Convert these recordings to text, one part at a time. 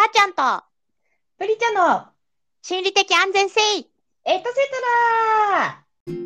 ちゃんとプリちゃんの心理的安全性エトセトラ。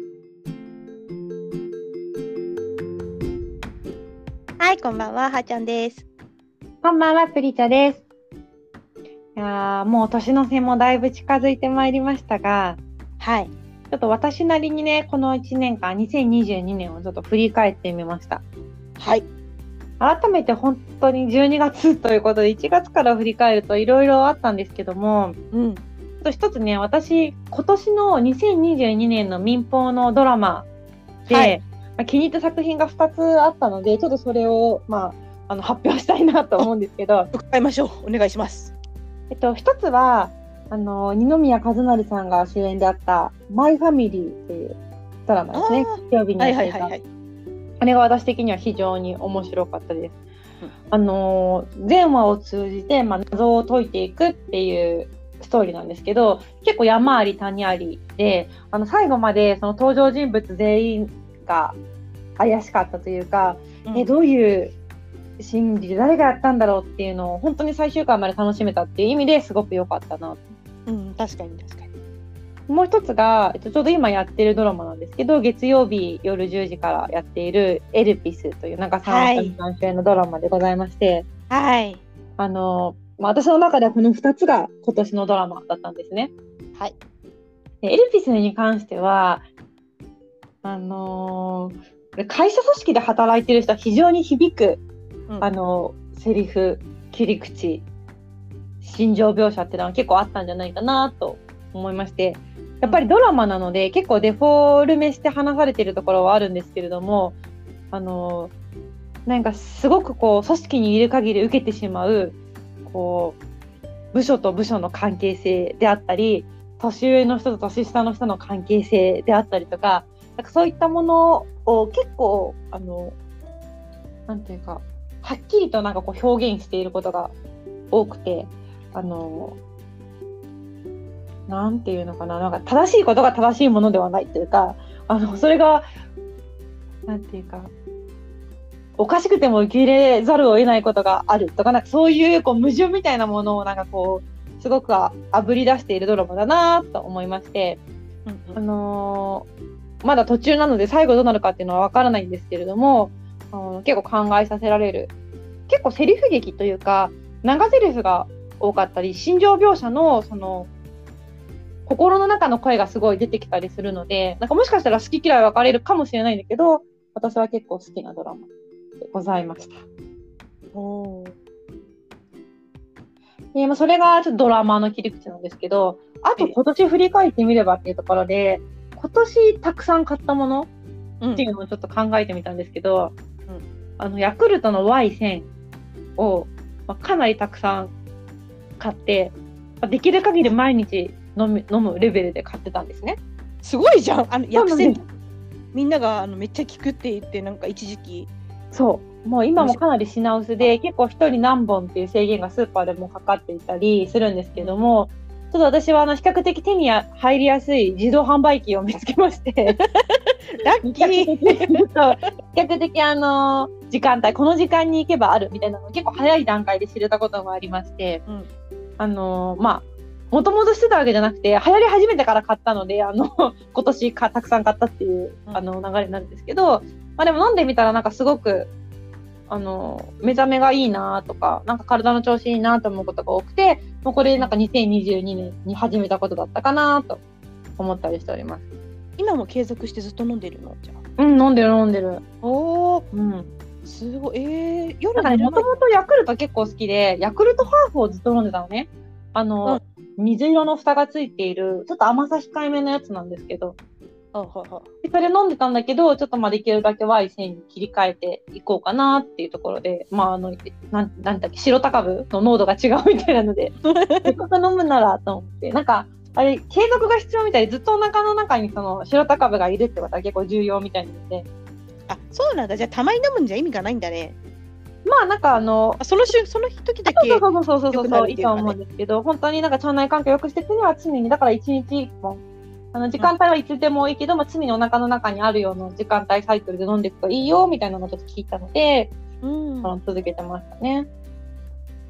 はい、こんばんは、はーちゃんです。 こんばんは、プリチャです。いやもう年の瀬もだいぶ近づいてまいりましたが、 はい。 ちょっと私なりにね、この1年間、2022年をちょっと振り返ってみました。 はい。 改めて本当に12月ということで、1月から振り返るといろいろあったんですけども、ちょっと一つね、私、今年の2022年の民放のドラマで、 はい気に入った作品が2つあったので、ちょっとそれを、発表したいなと思うんですけど、 伺いましょう。お願いします。 一つは二宮和也さんが主演であったマイファミリーっていうドラマですね。金曜日にやっていた。あれが私的には非常に面白かったです。全話を通じて、謎を解いていくっていうストーリーなんですけど、結構山あり谷ありで、最後までその登場人物全員が怪しかったというか、どういう心理で誰がやったんだろうっていうのを本当に最終回まで楽しめたっていう意味ですごく良かったな。 確かに。 もう一つが、ちょうど今やってるドラマなんですけど、月曜日夜10時からやっているエルピスという長澤まさみさん主演のドラマでございまして、 はい。 私の中ではこの2つが今年のドラマだったんですね。 はい。 でエルピスに関しては、会社組織で働いてる人は非常に響く、セリフ、切り口、心情描写っていうのは結構あったんじゃないかなと思いまして、やっぱりドラマなので結構デフォルメして話されているところはあるんですけれども、なんかすごくこう組織にいる限り受けてしまうこう部署と部署の関係性であったり、年上の人と年下の人の関係性であったりとか、なんかそういったものを結構なんていうかはっきりとなんかこう表現していることが多くて、なんていうのかな、なんか正しいことが正しいものではないというか、それがなんていうかおかしくても受け入れざるを得ないことがあるとか、なんかそういうこう矛盾みたいなものをなんかこうすごくあぶり出しているドラマだなと思いまして、まだ途中なので最後どうなるかっていうのはわからないんですけれども、結構考えさせられる、結構セリフ劇というか長セリフが多かったり、心情描写のその心の中の声がすごい出てきたりするので、なんかもしかしたら好き嫌い分かれるかもしれないんだけど、私は結構好きなドラマでございました。それがちょっとドラマの切り口なんですけど、あと今年振り返ってみればっていうところで、今年たくさん買ったものっていうのをちょっと考えてみたんですけど、ヤクルトの Y1000 を、かなりたくさん買って、できる限り毎日飲むレベルで買ってたんですね。 すごいじゃん。薬膳みんながめっちゃ効くって言って、なんか一時期もう今もかなり品薄で、結構1人何本っていう制限がスーパーでもかかっていたりするんですけども、ちょっと私は比較的手に入りやすい自動販売機を見つけましてラッキー比較的時間帯、この時間に行けばあるみたいなのを結構早い段階で知れたことがありまして、もともとしてたわけじゃなくて、流行り始めてから買ったので、今年たくさん買ったっていう流れなんですけど、でも飲んでみたらなんかすごく目覚めがいいなとか、なんか体の調子いいなと思うことが多くて、もうこれなんか2022年に始めたことだったかなと思ったりしております。 今も継続してずっと飲んでるの？じゃあ。 飲んでる。 すごい。夜もともとヤクルト結構好きで、ヤクルトハーフをずっと飲んでたのね。水色の蓋がついているちょっと甘さ控えめのやつなんですけど、それ飲んでたんだけど、ちょっとできるだけ Y1000 に切り替えていこうかなっていうところで、なんだっけ、白高部の濃度が違うみたいなのでせっかく飲むならと思って、なんかあれ継続が必要みたいで、ずっとお腹の中にその白高部がいるってことは結構重要みたいなので。 そうなんだ。じゃあたまに飲むんじゃ意味がないんだね。 なんかその時だけそういいと思うんですけど、本当になんか腸内環境を良くしていくには常に、だから1日1本時間帯はいつでもいいけど、常にお腹の中にあるような時間帯サイクルで飲んでいくといいよみたいなのをちょっと聞いたので、続けてましたね。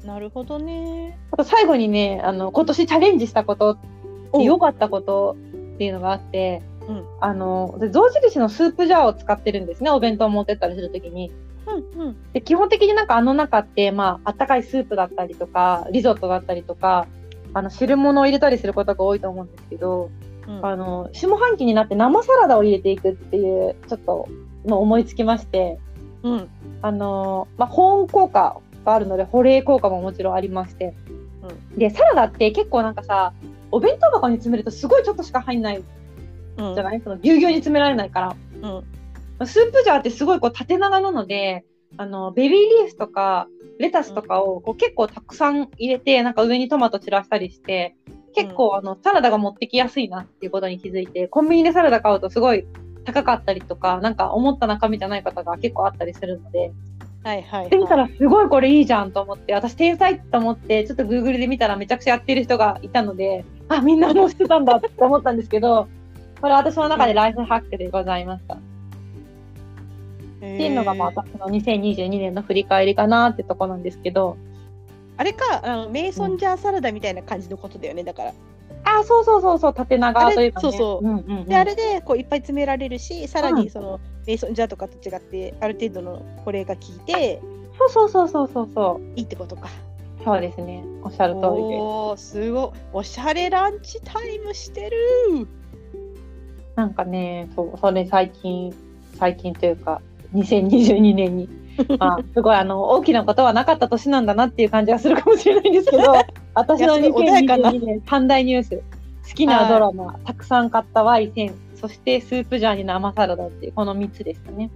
なるほどね。 あと最後にね、今年チャレンジしたことで良かったことっていうのがあって、で象印のスープジャーを使ってるんですね、お弁当持ってったりするときに。で基本的になんか中って、あったかいスープだったりとか、リゾットだったりとか、汁物を入れたりすることが多いと思うんですけど、下半期になって生サラダを入れていくっていうちょっとの思いつきまして、保温効果があるので保冷効果ももちろんありまして、でサラダって結構なんかさ、お弁当箱に詰めるとすごいちょっとしか入んないじゃない、そのぎゅうぎゅうに詰められないから、スープジャーってすごいこう縦長なので、ベビーリーフとかレタスとかをこう結構たくさん入れて、なんか上にトマト散らしたりして、結構サラダが持ってきやすいなっていうことに気づいて、コンビニでサラダ買うとすごい高かったりとか、なんか思った中身じゃない方が結構あったりするので、で見たらすごいこれいいじゃんと思って、私天才と思ってちょっと Google で見たらめちゃくちゃやってる人がいたので、みんなもうしてたんだって思ったんですけど、これ私の中でライフハックでございました。っていうのが私の2022年の振り返りかなってとこなんですけど、 あれか、メイソンジャーサラダみたいな感じのことだよね、だから。 そう縦長というかね。 であれでこういっぱい詰められるし、さらにそのメイソンジャーとかと違ってある程度の保冷が効いて、いいってことか。 そうですね、おっしゃる通りです。 おー、すごい、おしゃれランチタイムしてる。 なんかね、それ最近というか2022年にすごい大きなことはなかった年なんだなっていう感じがするかもしれないんですけど、私の2022年3大ニュース、好きなドラマ、たくさん買ったワイン、そしてスープジャーに生サラダっていうこの3つでしたね。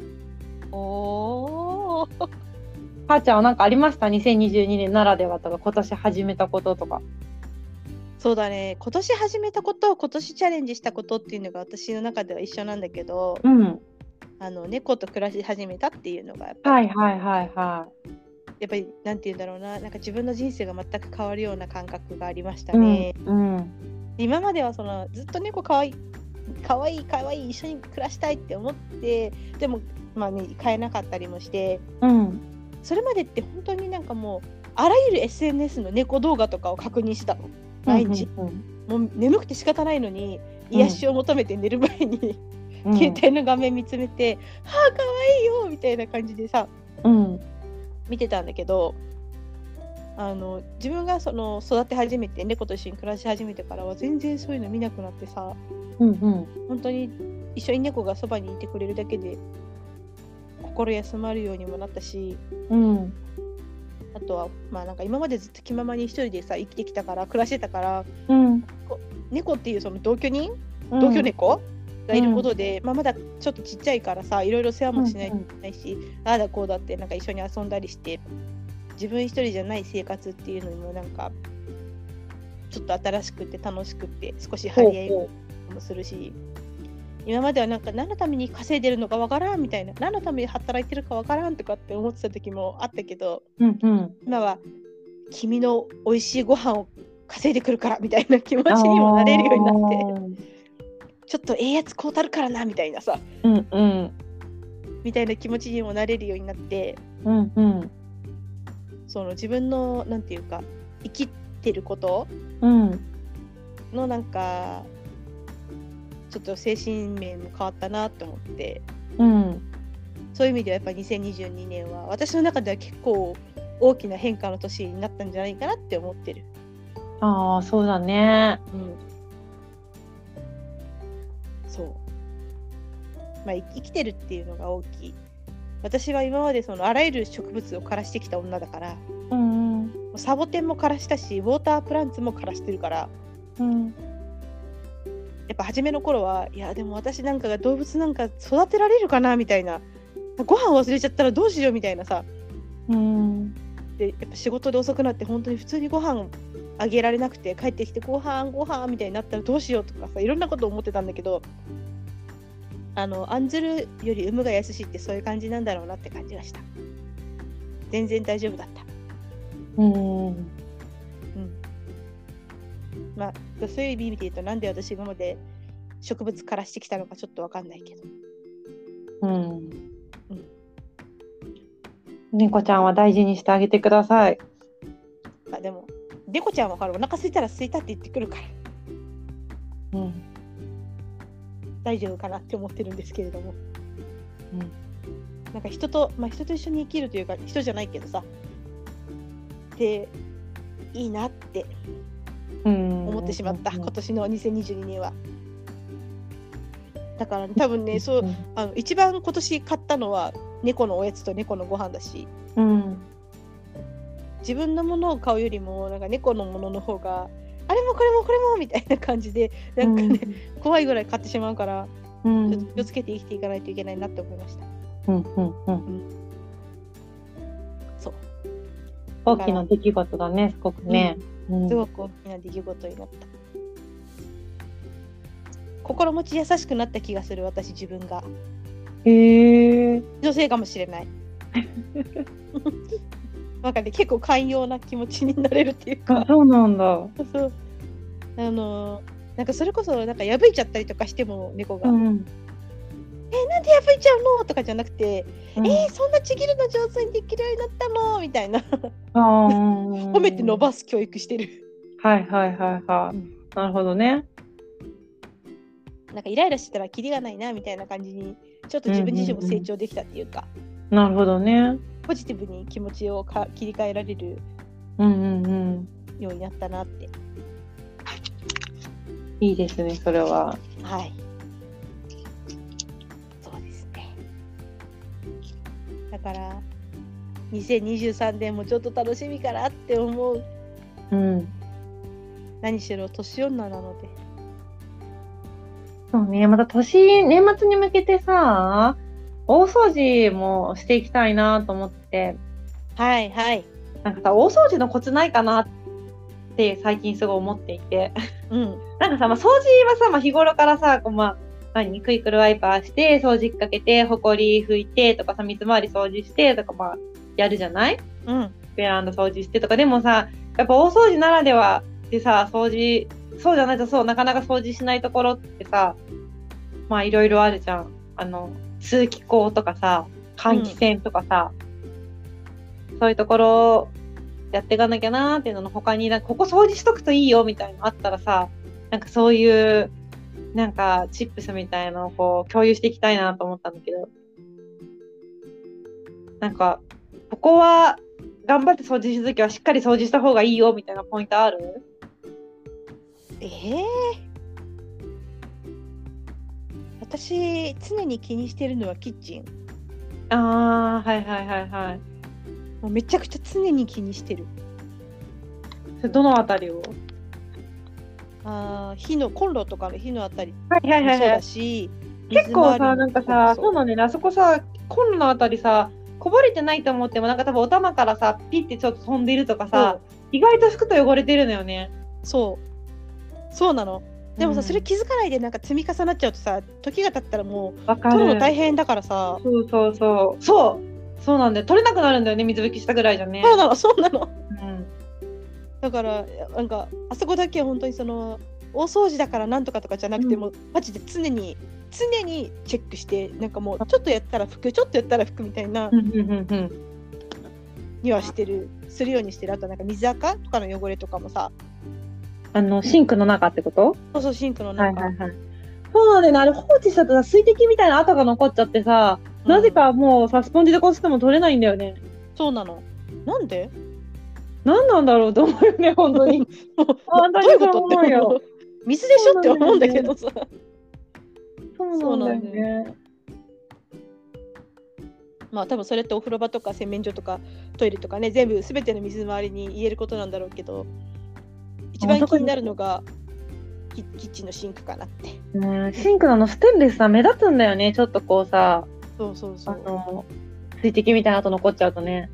おー、 はーちゃんは何かありました？ 2022 年ならではとか、今年始めたこととか。 そうだね、今年始めたこと、今年チャレンジしたことっていうのが私の中では一緒なんだけど、猫と暮らし始めたっていうのがやっぱり、やっぱりなんていうんだろうな、なんか自分の人生が全く変わるような感覚がありましたね。今まではずっと猫かわいい一緒に暮らしたいって思って、でも飼えなかったりもして、それまでって本当になんかもうあらゆる SNS の猫動画とかを確認したの、毎日。もう眠くて仕方ないのに癒しを求めて寝る前に、携帯の画面見つめて、かわいいよみたいな感じでさ、見てたんだけど、自分が育て始めて、猫と一緒に暮らし始めてからは全然そういうの見なくなってさ、本当に一緒に猫がそばにいてくれるだけで心休まるようにもなったし、あとはなんか今までずっと気ままに一人でさ生きてきたから、暮らしてたから、猫っていうその同居猫がいることで、まだちょっとちっちゃいからさ、いろいろ世話もしないといけないし、ああだこうだってなんか一緒に遊んだりして、自分一人じゃない生活っていうのにもなんかちょっと新しくて楽しくて、少し張り合いもするし、今まではなんか何のために稼いでるのかわからんみたいな、何のために働いてるかわからんとかって思ってた時もあったけど、今は君の美味しいご飯を稼いでくるからみたいな気持ちにもなれるようになって、ちょっとやつこうたるからなみたいなさ、みたいな気持ちにもなれるようになって、自分のなんていうか生きてることのなんかちょっと精神面も変わったなと思って、そういう意味ではやっぱり2022年は私の中では結構大きな変化の年になったんじゃないかなって思ってる。 そうだね。 そう生きてるっていうのが大きい。私は今まであらゆる植物を枯らしてきた女だから、サボテンも枯らしたし、ウォータープランツも枯らしてるから、やっぱ初めの頃は、いやでも私なんかが動物なんか育てられるかなみたいな、ご飯忘れちゃったらどうしようみたいなさ、でやっぱ仕事で遅くなって本当に普通にご飯あげられなくて、帰ってきてご飯みたいになったらどうしようとかさ、いろんなこと思ってたんだけど、案ずるより産むが安しってそういう感じなんだろうなって感じがした。全然大丈夫だった。そういう意味で言うと、なんで私今まで植物からしてきたのかちょっと分かんないけど、 猫ちゃんは大事にしてあげてください。 猫ちゃんはお腹空いたら空いたって言ってくるから、大丈夫かなって思ってるんですけれども、なんか人と一緒に生きるというか、人じゃないけどさでいいなって思ってしまった、今年の2022年は。だから、多分ね、一番今年買ったのは猫のおやつと猫のご飯だし、自分のものを買うよりもなんか猫のものの方が、あれもこれもこれもみたいな感じでなんかね、怖いぐらい買ってしまうから、ちょっと気をつけて生きていかないといけないなって思いました。そう。 大きな出来事だね、すごくね。 すごく大きな出来事になった。心持ち優しくなった気がする、私自分が。女性かもしれない。なんかね、結構寛容な気持ちになれるっていうか。 そうなんだ。 そう。なんかそれこそなんか破いちゃったりとかしても猫が、なんで破いちゃうのとかじゃなくて、そんなちぎるの上手にできるようになったのみたいな褒めて伸ばす教育してる。 なるほどね。 なんかイライラしてたらキリがないなみたいな感じに、ちょっと自分自身も成長できたっていうか、 なるほどね。 ポジティブに気持ちを切り替えられるようになったなって。 いいですね、それは。 はい。そうですね。だから2023年もちょっと楽しみかなって思う。何しろ年女なので。 そうね、また年末に向けてさ、大掃除もしていきたいなと思って。 はいはい。 なんかさ、大掃除のコツないかなって最近すごい思っていて。なんかさ、掃除はさ、日頃からさ、クイックルワイパーして、掃除機かけて、ほこり拭いてとかさ、水回り掃除してとかやるじゃない？ベランダ掃除してとか。でもさ、やっぱ大掃除ならではでさ、そうじゃないとなかなか掃除しないところってさ、いろいろあるじゃん。通気口とかさ、換気扇とかさ、そういうところやっていかなきゃなーっていうのの他に、ここ掃除しとくといいよみたいなのあったらさ、なんかそういうなんかチップスみたいなのをこう共有していきたいなと思ったんだけど、なんかここは頑張って掃除するときはしっかり掃除した方がいいよみたいなポイントある？ 私常に気にしてるのはキッチン。もうめちゃくちゃ常に気にしてる。 それどのあたりを？ 火のコンロとかの火のあたりもそうだし、 結構さ、なんかさ、そうなんだよね、あそこさ、コンロのあたりさ、こぼれてないと思っても、なんか多分お玉からさ、ピッてちょっと飛んでいるとかさ、意外と拭くと汚れてるのよね。 そうなの。でもさ、それ気づかないでなんか積み重なっちゃうとさ、時が経ったらもう取るの大変だからさ。そうなんだよ。取れなくなるんだよね、水拭きしたぐらいじゃね。そうなの。だからなんかあそこだけは本当にその大掃除だからなんとかとかじゃなくても、マジで常にチェックして、なんかもうちょっとやったら拭く、ちょっとやったら拭くみたいなにはするようにしてる。あとなんか水垢とかの汚れとかもさ、 シンクの中ってこと？ そう、シンクの中。 そうなんだよね。あれ放置したとさ、水滴みたいな跡が残っちゃってさ、なぜかもうさ、スポンジでこすっても取れないんだよね。 そうなの。なんで？ 何なんだろうと思うよね、本当に。 本当にそう思うよ。水でしょって思うんだけどさ。 そうなんだよね。 多分それってお風呂場とか洗面所とかトイレとかね、全ての水回りに言えることなんだろうけど、一番気になるのがキッチンのシンクかなって。 シンクのステンレスさ、目立つんだよね、ちょっとこうさ。水滴みたいな跡残っちゃうとね。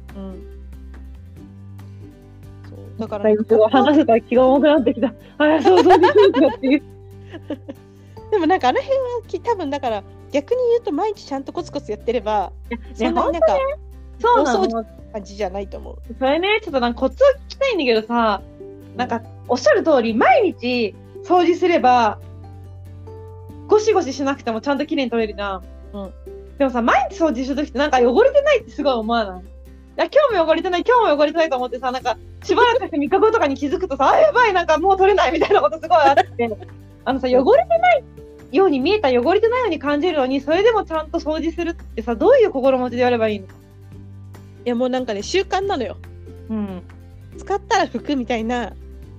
だから話せたら気が重くなってきた。そうっていう。 でもなんかあの辺は多分だから逆に言うと毎日ちゃんとコツコツやってれば、そんなになんか大掃除感じじゃないと思う。 それね、ちょっとなんかコツを聞きたいんだけどさ、なんかおっしゃる通り毎日掃除すればゴシゴシしなくてもちゃんと綺麗に取れるじゃん。でもさ、毎日掃除するときってなんか汚れてないってすごい思わない？ や今日も汚れてないと思ってさ、なんかしばらくして3日後とかに気づくとさ、やばい、なんかもう取れないみたいなことすごいあってさ、汚れてないように見えた、汚れてないように感じるのに、それでもちゃんと掃除するってさ、どういう心持ちでやればいいの？いやもうなんかね、習慣なのよ。うん。使ったら拭くみたいな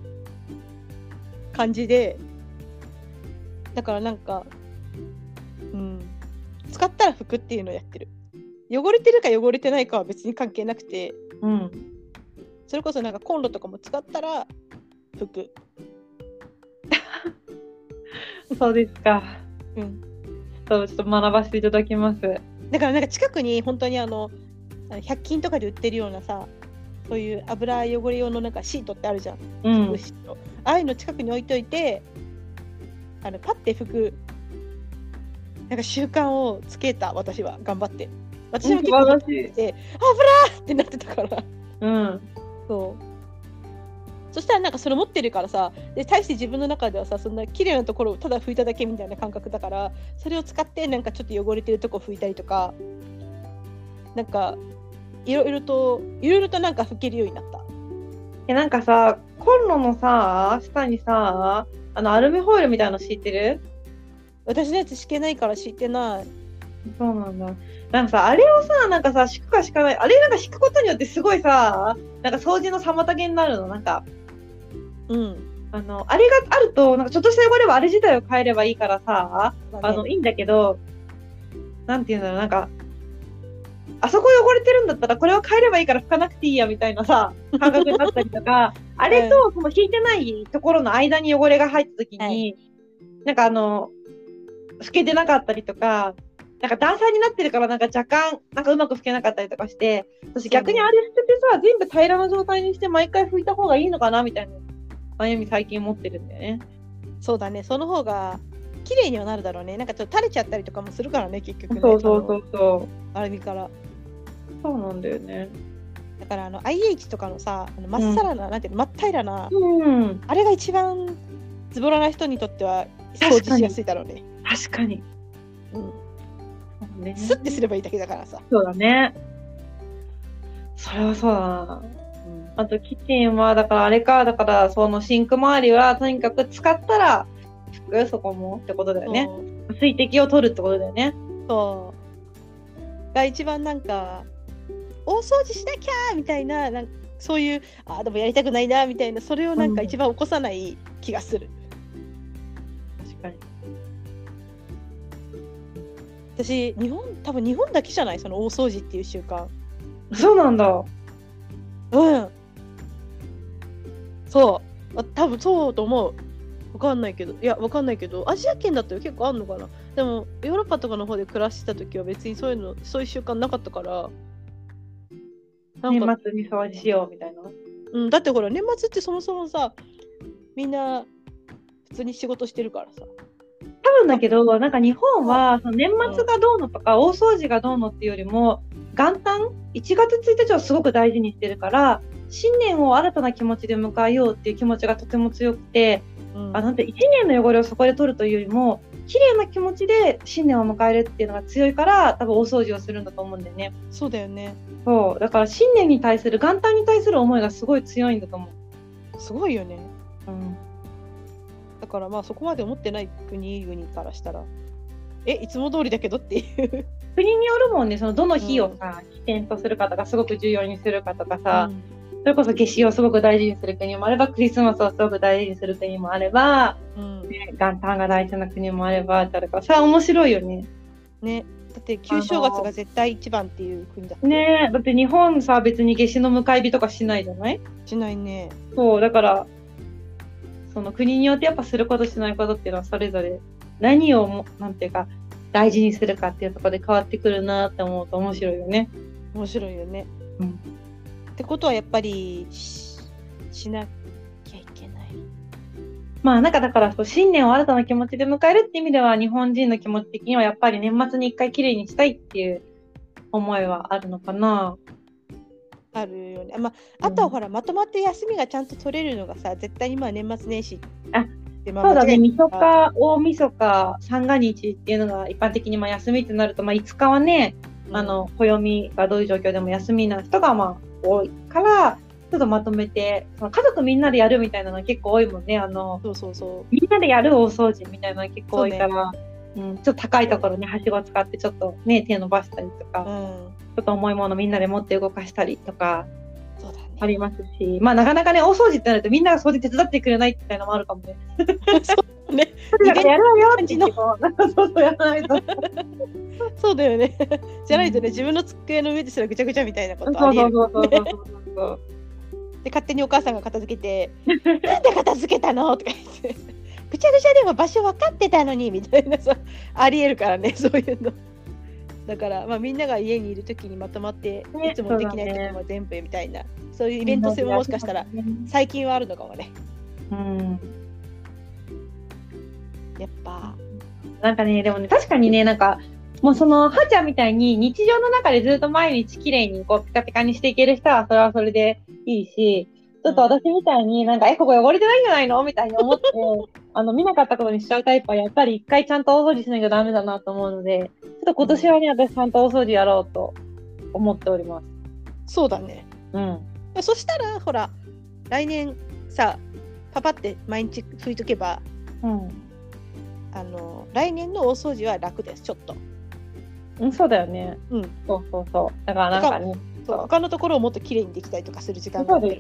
感じで、だからなんか、うん、使ったら拭くっていうのをやってる。汚れてるか汚れてないかは別に関係なくて、うん、それこそなんかコンロとかも使ったら拭く。 そうですか。うん。そう、ちょっと学ばせていただきます。 だからなんか近くに本当に100均とかで売ってるようなさ、そういう油汚れ用のなんかシートってあるじゃん。うん、シート。ああいうの近くに置いといて、パッて拭くなんか習慣をつけた。私は頑張って。私も結構頑張って油ってなってたから。うん。そう。そしたらなんかそれ持ってるからさ、で対して自分の中ではさ、そんな綺麗なところをただ拭いただけみたいな感覚だから、それを使ってなんかちょっと汚れてるとこ拭いたりとか、なんかいろいろとなんか拭けるようになった。 なんかさ、コンロのさ下にさ、アルミホイルみたいなの敷いてる？ 私のやつ敷けないから敷いてない。 そうなんだ。なんかさ、あれをさ、なんかさ、敷くか敷かない、あれなんか敷くことによってすごいさ、なんか掃除の妨げになるの、なんか。うん。あれがあると、なんかちょっとした汚れはあれ自体を変えればいいからさ、いいんだけど、なんていうんだろう、なんか、あそこ汚れてるんだったらこれを変えればいいから拭かなくていいやみたいなさ、感覚になったりとか、あれとその引いてないところの間に汚れが入った時に、なんか拭けてなかったりとか、なんか段差になってるからなんか若干なんかうまく拭けなかったりとかして、私逆にあれ捨ててさ、全部平らな状態にして毎回拭いた方がいいのかなみたいな悩み最近持ってるんだよね。 そうだね、その方が綺麗にはなるだろうね。なんかちょっと垂れちゃったりとかもするからね、結局ね。 そうアルミから。 そうなんだよね。 だからIH とかのさ、まっさらな、なんていうの、真っ平らな、あれが一番ズボラな人にとっては掃除しやすいだろうね。 確かに。 スッてすればいいだけだからさ。 そうだね。それはそうだな。あとキッチンはだからあれか、だからそのシンク周りはとにかく使ったら拭く、そこもってことだよね。水滴を取るってことだよね。 そうが一番なんか大掃除しなきゃみたいな、なんかそういうでもやりたくないなみたいな、それをなんか一番起こさない気がする。確かに。私多分日本だけじゃない、その大掃除っていう習慣。 そうなんだ。 うん。そう多分そうと思う。わかんないけど、アジア圏だったら結構あんのかな。でもヨーロッパとかの方で暮らしてた時は別にそういう習慣なかったから。 なんか年末に掃除しようみたいな。 うん、だってほら年末ってそもそもさ、みんな普通に仕事してるからさ。 多分だけど、なんか日本はその年末がどうのとか、大掃除がどうのっていうよりも、元旦1月1日をすごく大事にしてるから、新年を新たな気持ちで迎えようっていう気持ちがとても強くて、なんて1年の汚れをそこで取るというよりも、綺麗な気持ちで新年を迎えるっていうのが強いから、多分大掃除をするんだと思うんだよね。 そうだよね。 そうだから新年に対する、元旦に対する思いがすごい強いんだと思う。すごいよね。だからまあそこまで思ってない国々からしたらいつも通りだけどっていう国によるもんね。そのどの日をさ、起点とするかとかすごく重要にするかとかさ、それこそ夏至をすごく大事にする国もあれば、クリスマスをすごく大事にする国もあれば、元旦が大事な国もあればってあるからさ、面白いよね。 ね、だって旧正月が絶対一番っていう国だね。だって日本さ、別に夏至の迎え火とかしないじゃない？ しないね。 そうだからその国によってやっぱすることしないことっていうのはそれぞれ何をなんていうか大事にするかっていうところで変わってくるなって思うと面白いよね。 面白いよね。ってことはやっぱり しなきゃいけない。 まあなんかだから新年を新たな気持ちで迎えるって意味では、日本人の気持ち的にはやっぱり年末に一回きれいにしたいっていう思いはあるのかな。 あるよね。あとはほら、まとまって休みがちゃんと取れるのがさ、絶対に年末年始ってそうだね。みそか、大晦日、三が日っていうのが一般的に休みってなると、5日はね、 暦がどういう状況でも休みな人がまあ多いからちょっとまとめて家族みんなでやるみたいなの結構多いもんね。そうみんなでやる大掃除みたいなの結構多いから、ちょっと高いところにはしご使ってちょっとね手伸ばしたりとか、ちょっと重いものみんなで持って動かしたりとかありますし、まあなかなかね大掃除ってなるとみんなが掃除手伝ってくれないみたいなのもあるかもね。そうね。だからやるわよって言ってそうやらないと。 そうだよね。じゃないとね、自分の机の上ですらぐちゃぐちゃみたいなことありえる。で勝手にお母さんが片付けてなんで片付けたのとか言ってぐちゃぐちゃでも場所分かってたのにみたいなさありえるからね、そういうの。だから、まあ、みんなが家にいる時にまとまって、いつもできない時も全部みたいな、そういうイベント性ももしかしたら最近はあるのかもね。やっぱなんかね、でもね、確かにね、なんかもうそのはーちゃんみたいに日常の中でずっと毎日きれいにこうピカピカにしていける人はそれはそれでいいし、ちょっと私みたいになんかここ汚れてないんじゃないのみたいに思って見なかったことにしちゃうタイプはやっぱり一回ちゃんと大掃除しなきゃダメだなと思うので、ちょっと今年はね、私ちゃんと大掃除やろうと思っております。 そうだね。そしたらほら来年さパパって毎日拭いとけば、来年の大掃除は楽です、ちょっと。 そうだよね。そうだからなんかね、 他のところをもっときれいにできたりとかする時間がある。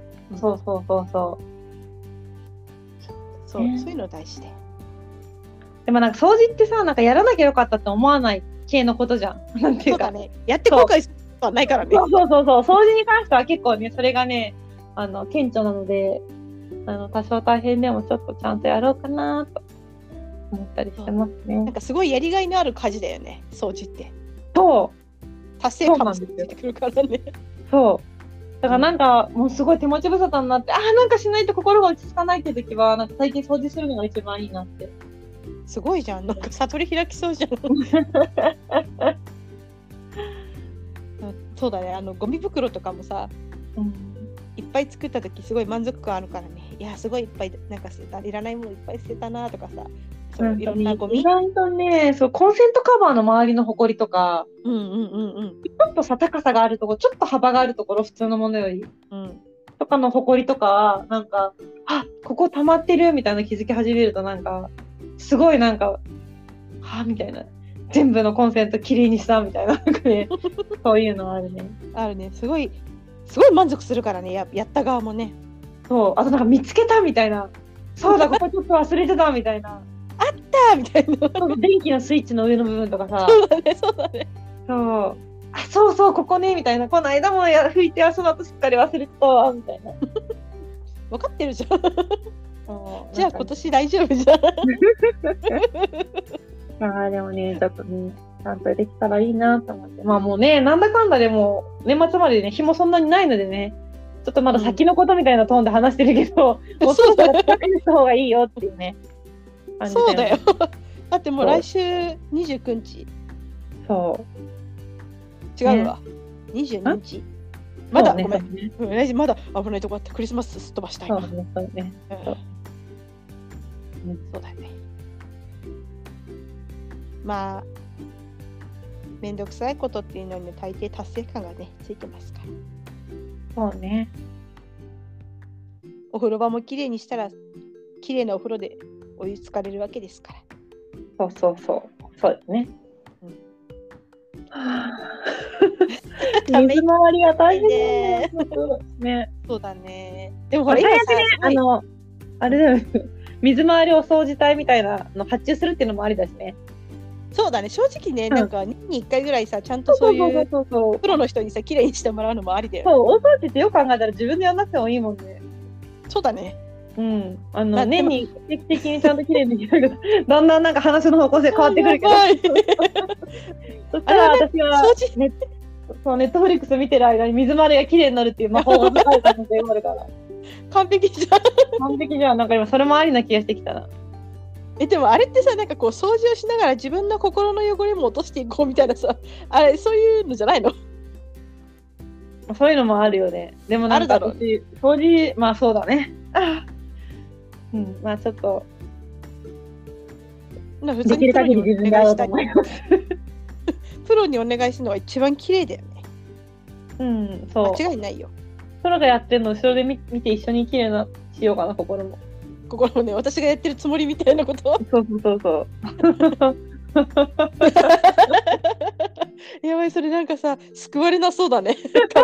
そういうの大事で。 でもなんか掃除ってさ、なんかやらなきゃよかったって思わない系のことじゃん。なんていうか、 そうだね。やって後悔することはないからね。 掃除に関しては結構ね、それがね、顕著なので、多少大変でもちょっとちゃんとやろうかなと思ったりしてますね。 なんかすごいやりがいのある家事だよね、掃除って。達成感も出てくるからね。 だからなんかもうすごい手持ち無沙汰になって、なんかしないと心が落ち着かないって時は、なんか最近掃除するのが一番いいなって。 すごいじゃん、なんか悟り開きそうじゃん。そうだね、ゴミ袋とかもさ、いっぱい作った時すごい満足感あるからね。いやすごいいっぱいなんかいらないものいっぱい捨てたなとかさ、いろんなゴミ。 意外とね、コンセントカバーの周りのホコリとか、ちょっとさ高さがあるところ、ちょっと幅があるところ、普通のものより、とかのホコリとか、なんかここ溜まってるみたいな気づき始めると、なんかすごいなんかみたいな、全部のコンセントきれいにしたみたいな、ね、そういうのあるね。 あるね、すごい満足するからね、やった側もね。 あとなんか見つけたみたいな、そうだここちょっと忘れてたみたいな。 あったみたいな。 電気のスイッチの上の部分とかさ。 そうだね。 そうここねみたいな、この間も拭いてその後しっかり忘れてたわみたいな。 分かってるじゃん。じゃあ今年大丈夫じゃん。 でもね、ちょっとね、ちゃんとできたらいいなと思って。まあもうね、なんだかんだでも年末までね、日もそんなにないのでね、ちょっとまだ先のことみたいなトーンで話してるけど、もうそろそろ近くにした方がいいよっていうね。 そうだよ。だってもう来週29日。違うわ。22日。まだ、ごめん。まだ危ないとこあって、クリスマスすっ飛ばしたい。そうだよね。まあ、めんどくさいことっていうのに大抵達成感がね、ついてますから。 そうね。 お風呂場もきれいにしたら、きれいなお風呂でお湯浸かれるわけですから。 そうですね。水回りは大変ね。 そうだね。でもほら今さ、あれだよ、水回りお掃除隊みたいなの発注するっていうのもありだしね。 そうだね、正直ね、なんか年に1回ぐらいさ、ちゃんとそういうプロの人にさ、きれいにしてもらうのもありだよね。 大掃除ってよく考えたら自分でやんなくてもいいもんね。 そうだね。 年に定期的にちゃんときれいにできるけど、だんだんなんか話の方向性変わってくるけど。そしたら私はネットフリックス見てる間に水回りがきれいになるっていう魔法が使えたのであるから。 完璧じゃん。 完璧じゃん。なんか今それもありな気がしてきたな。 でもあれってさ、なんかこう掃除をしながら自分の心の汚れも落としていこうみたいなさ、あれそういうのじゃないの？ そういうのもあるよね。でもなんか私掃除、まあそうだね。まあちょっとできる限り自分でやろうと思います。 プロにお願いするのが一番綺麗だよね。 うん、そう。 間違いないよ。 プロがやってるのを後ろで見て一緒に綺麗なしようかな、心も。 心もね、私がやってるつもりみたいなこと。 そうそうそう。 やばい、それなんかさ、救われなそうだね。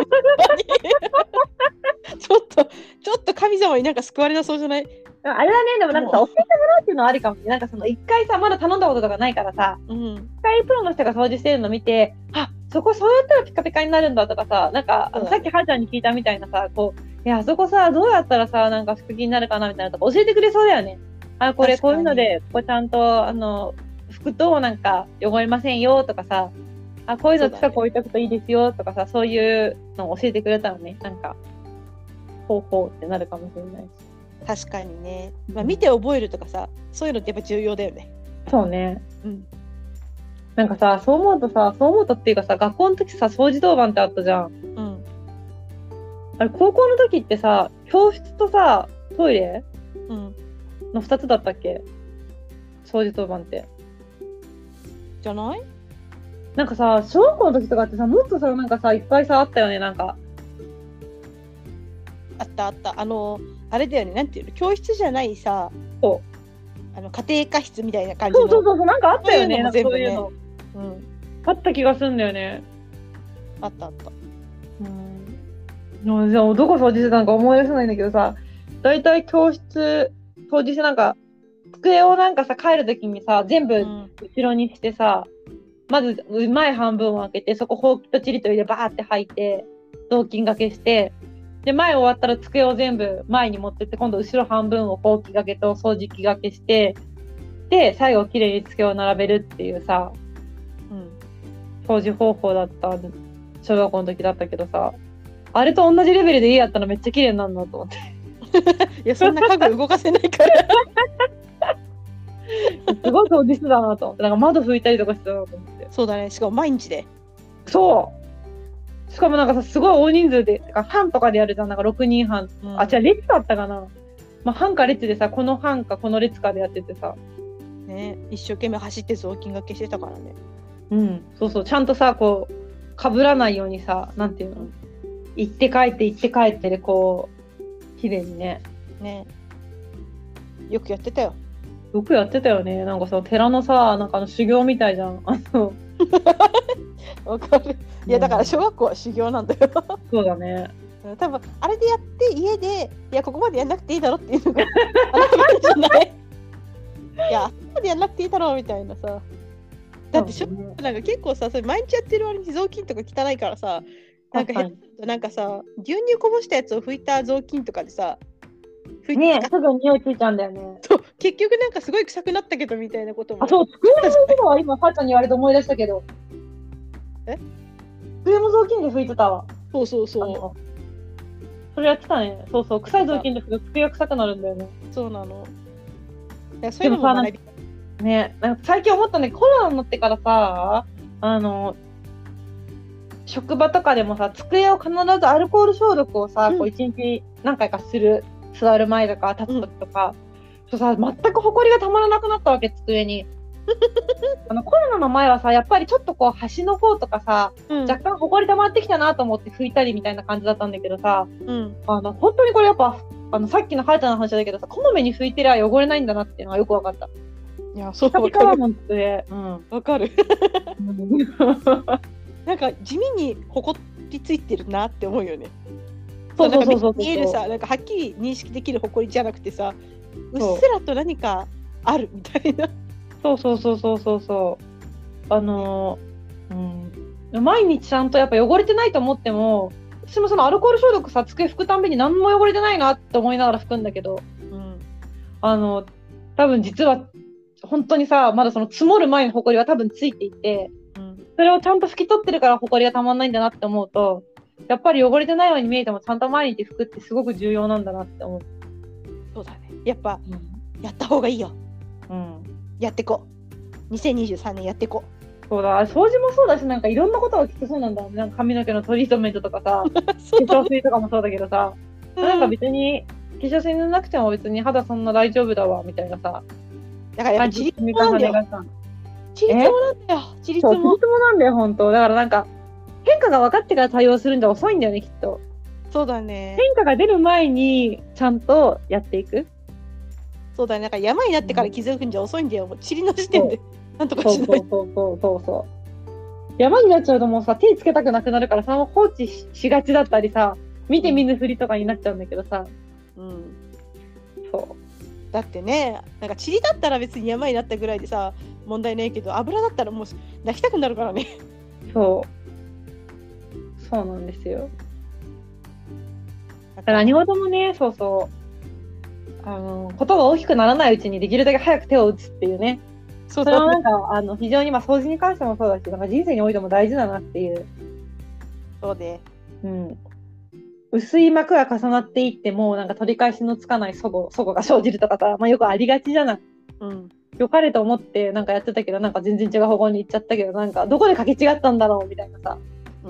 ちょっと神様になんか救われなそうじゃない？ あれだね、でもなんかさ、教えてもらうっていうのはありかもね。なんかその一回さ、まだ頼んだこととかないからさ、一回プロの人が掃除してるの見て、あ、そこそうやったらピカピカになるんだとかさ、なんかさっきはーちゃんに聞いたみたいなさ、こう、いや、あそこさ、どうやったらさ、なんか拭きになるかなみたいなとか教えてくれそうだよね。あ、これこういうので、ここちゃんと、拭くとなんか汚れませんよとかさ、あ、こういうの近く置いとくといいですよとかさ、そういうのを教えてくれたらね、なんか、方法ってなるかもしれないし。 確かにね、まあ、見て覚えるとかさ、そういうのってやっぱ重要だよね。 そうね。なんかさ、そう思うとっていうかさ、学校の時さ、掃除当番ってあったじゃん。あれ、高校の時ってさ、教室とさ、トイレ、の2つだったっけ？掃除当番って。 じゃない？ なんかさ、小学校の時とかってさ、もっとさ、なんかさ、いっぱいさ、あったよね、なんか。 あった。あれだよね、なんていうの、教室じゃないさ、 そう。 家庭科室みたいな感じの。 そう、なんかあったよね、 全部ね。 あった気がするんだよね。 あった。 じゃあ、どこ掃除してたのか思い出せないんだけどさ、だいたい教室掃除して、なんか、机をなんかさ、帰るときにさ、全部後ろにしてさ、まず前半分を開けて、そこほうきとちりとりでバーって吐いて、雑巾がけして、で、前終わったら机を全部前に持ってって、今度後ろ半分をほうきがけと掃除機がけして、で、最後きれいに机を並べるっていうさ、掃除方法だった小学校の時だったけどさ、あれと同じレベルで家やったらめっちゃ綺麗になるなと思って。 いや、そんな家具動かせないから。 すごい掃除してたなと思って、なんか窓拭いたりとかしてたなと思って。 そうだね、しかも毎日で。 そう。しかもなんかさ、すごい大人数で、班とかでやるじゃん、なんか6人班。あ、違う、列だったかな。まあ、班か列でさ、この班かこの列かでやっててさ。 ね、一生懸命走って雑巾がけしてたからね。 そう、ちゃんとさ、こう、かぶらないようにさ、なんていうの、行って帰ってで、こう、綺麗にね。 よくやってたよ。 よくやってたよね。なんかさ、寺のさ、なんか修行みたいじゃん。 わかる。いや、だから小学校は修行なんだよ。 そうだね。 多分あれでやって家で、いや、ここまでやんなくていいだろっていうのがあなたじゃない。いや、ここまでやんなくていいだろみたいなさ。だってなんか結構さ、それ毎日やってる割に雑巾とか汚いからさ、なんかさ、牛乳こぼしたやつを拭いた雑巾とかでさ、 ねえ、すぐ匂いついちゃうんだよね。 そう、結局なんかすごい臭くなったけどみたいなことも。 あ、そう、机のことは今、はーちゃんに言われて思い出したけど。机も雑巾で拭いてたわ。 そう。 それやってたね。そう、臭い雑巾で拭くと机が臭くなるんだよね。 そうなの。いや、そういうのも学び。 ね、なんか最近思ったね、コロナになってからさ、職場とかでもさ、机を必ずアルコール消毒をさ、こう1日何回かする。座る前とか立つ時とか、そうさ、全く埃がたまらなくなったわけ、机に。コロナの前はさ、やっぱりちょっとこう端の方とかさ、若干埃たまってきたなと思って拭いたりみたいな感じだったんだけどさ、本当にこれやっぱさっきのはーちゃんの話だけどさ、こまめに拭いてりゃ汚れないんだなっていうのがよく分かった。 いや、そう、 ピカピカだもん机。 わかる。なんか地味にほこりついてるなって思うよね。そう見えるさ、なんかはっきり認識できるほこりじゃなくてさ、うっすらと何かあるみたいな。 そう毎日ちゃんとやっぱ汚れてないと思っても、私もそのアルコール消毒さ、机拭くたんびに何も汚れてないなって思いながら拭くんだけど、多分実は本当にさ、まだその積もる前のほこりは多分ついていて、それをちゃんと拭き取ってるからほこりがたまんないんだなって思うと、やっぱり汚れてないように見えてもちゃんと毎日拭くってすごく重要なんだなって思う。 そうだね。やっぱ、やった方がいいよ。やってこう。2023年やってこう。そうだ、掃除もそうだし、なんかいろんなことがきっとそうなんだ。なんか髪の毛のトリートメントとかさ、化粧水とかもそうだけどさ、なんか別に化粧水塗らなくても別に肌そんな大丈夫だわみたいなさ。 だからやっぱ自力なんだよ。 ちりつもなんだよ。ちりつもなんだよ、本当。だからなんか、変化が分かってから対応するんじゃ遅いんだよね、きっと。 そうだね。 変化が出る前にちゃんとやっていく。 そうだね。なんか山になってから気づくんじゃ遅いんだよ。もう塵の時点でなんとかしない。 そう。山になっちゃうともうさ、手つけたくなくなるからさ、放置 しがちだったりさ、見て見ぬふりとかになっちゃうんだけどさ。 うん。 そう。 だってね、なんか塵だったら別に山になったぐらいでさ、問題ないけど、油だったらもう泣きたくなるからね。 そうなんですよ。だから何事もね、ことが大きくならないうちにできるだけ早く手を打つっていうね。それはなんか非常に掃除に関してもそうだし、なんか人生においても大事だなっていう。 そうで。 薄い膜が重なっていってもなんか取り返しのつかない齟齬が生じるとかさ、よくありがちじゃない。良かれと思ってなんかやってたけど、なんか全然違う方向に行っちゃったけど、なんかどこでかけ違ったんだろうみたいなさ。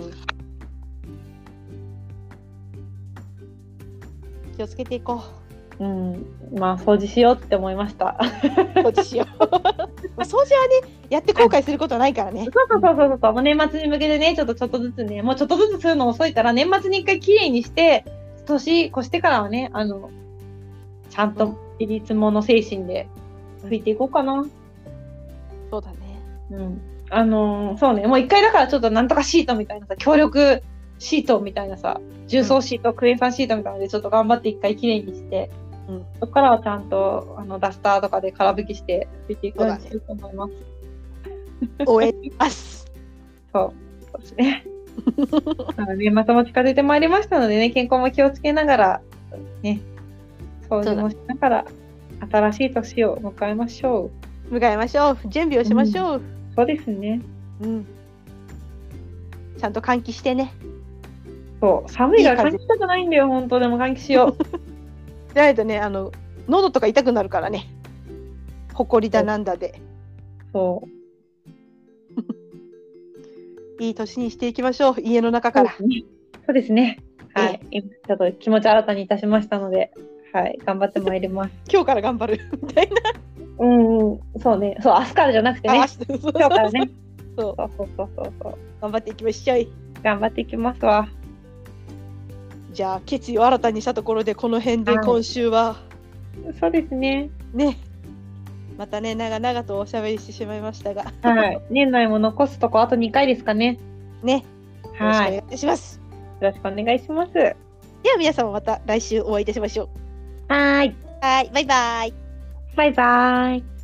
気をつけていこう。 掃除しようって思いました。 掃除しよう。掃除はね、やって後悔することはないからね。 そう。もう年末に向けてね、ちょっとずつね、もうちょっとずつするの遅いから年末に一回きれいにして、年越してからはね、ちゃんと自立もの精神で拭いていこうかな。 そうだね。 そうね、もう一回だからちょっとなんとかシートみたいなさ、協力シートみたいなさ、重曹シート、クエン酸シートみたいなのでちょっと頑張って一回きれいにして、そこからはちゃんとダスターとかで空拭きして拭いていくようにすると思います。 応援します。 そうですね。年末も近づいてまいりましたのでね、健康も気をつけながらね、掃除もしながら新しい年を迎えましょう。 準備をしましょう。 そうですね。 ちゃんと換気してね。 そう、寒いから換気したくないんだよ、本当。でも換気しよう。 じゃないとね、喉とか痛くなるからね。ほこりだなんだで。いい年にしていきましょう、家の中から。 そうですね。はい。今ちょっと気持ち新たにいたしましたので、はい、頑張ってまいります。 今日から頑張るみたいな。 そうね。そう、明日からじゃなくてね。今日からね。そう。 頑張っていきましょう。 頑張っていきますわ。 じゃあ決意を新たにしたところでこの辺で今週は、 そうですね。 またね、長々とおしゃべりしてしまいましたが、 年内も残すとこあと2回ですかね。 よろしくお願いします。 よろしくお願いします。では皆様また来週お会いいたしましょう。 はい、 バイバイ。 バイバイ。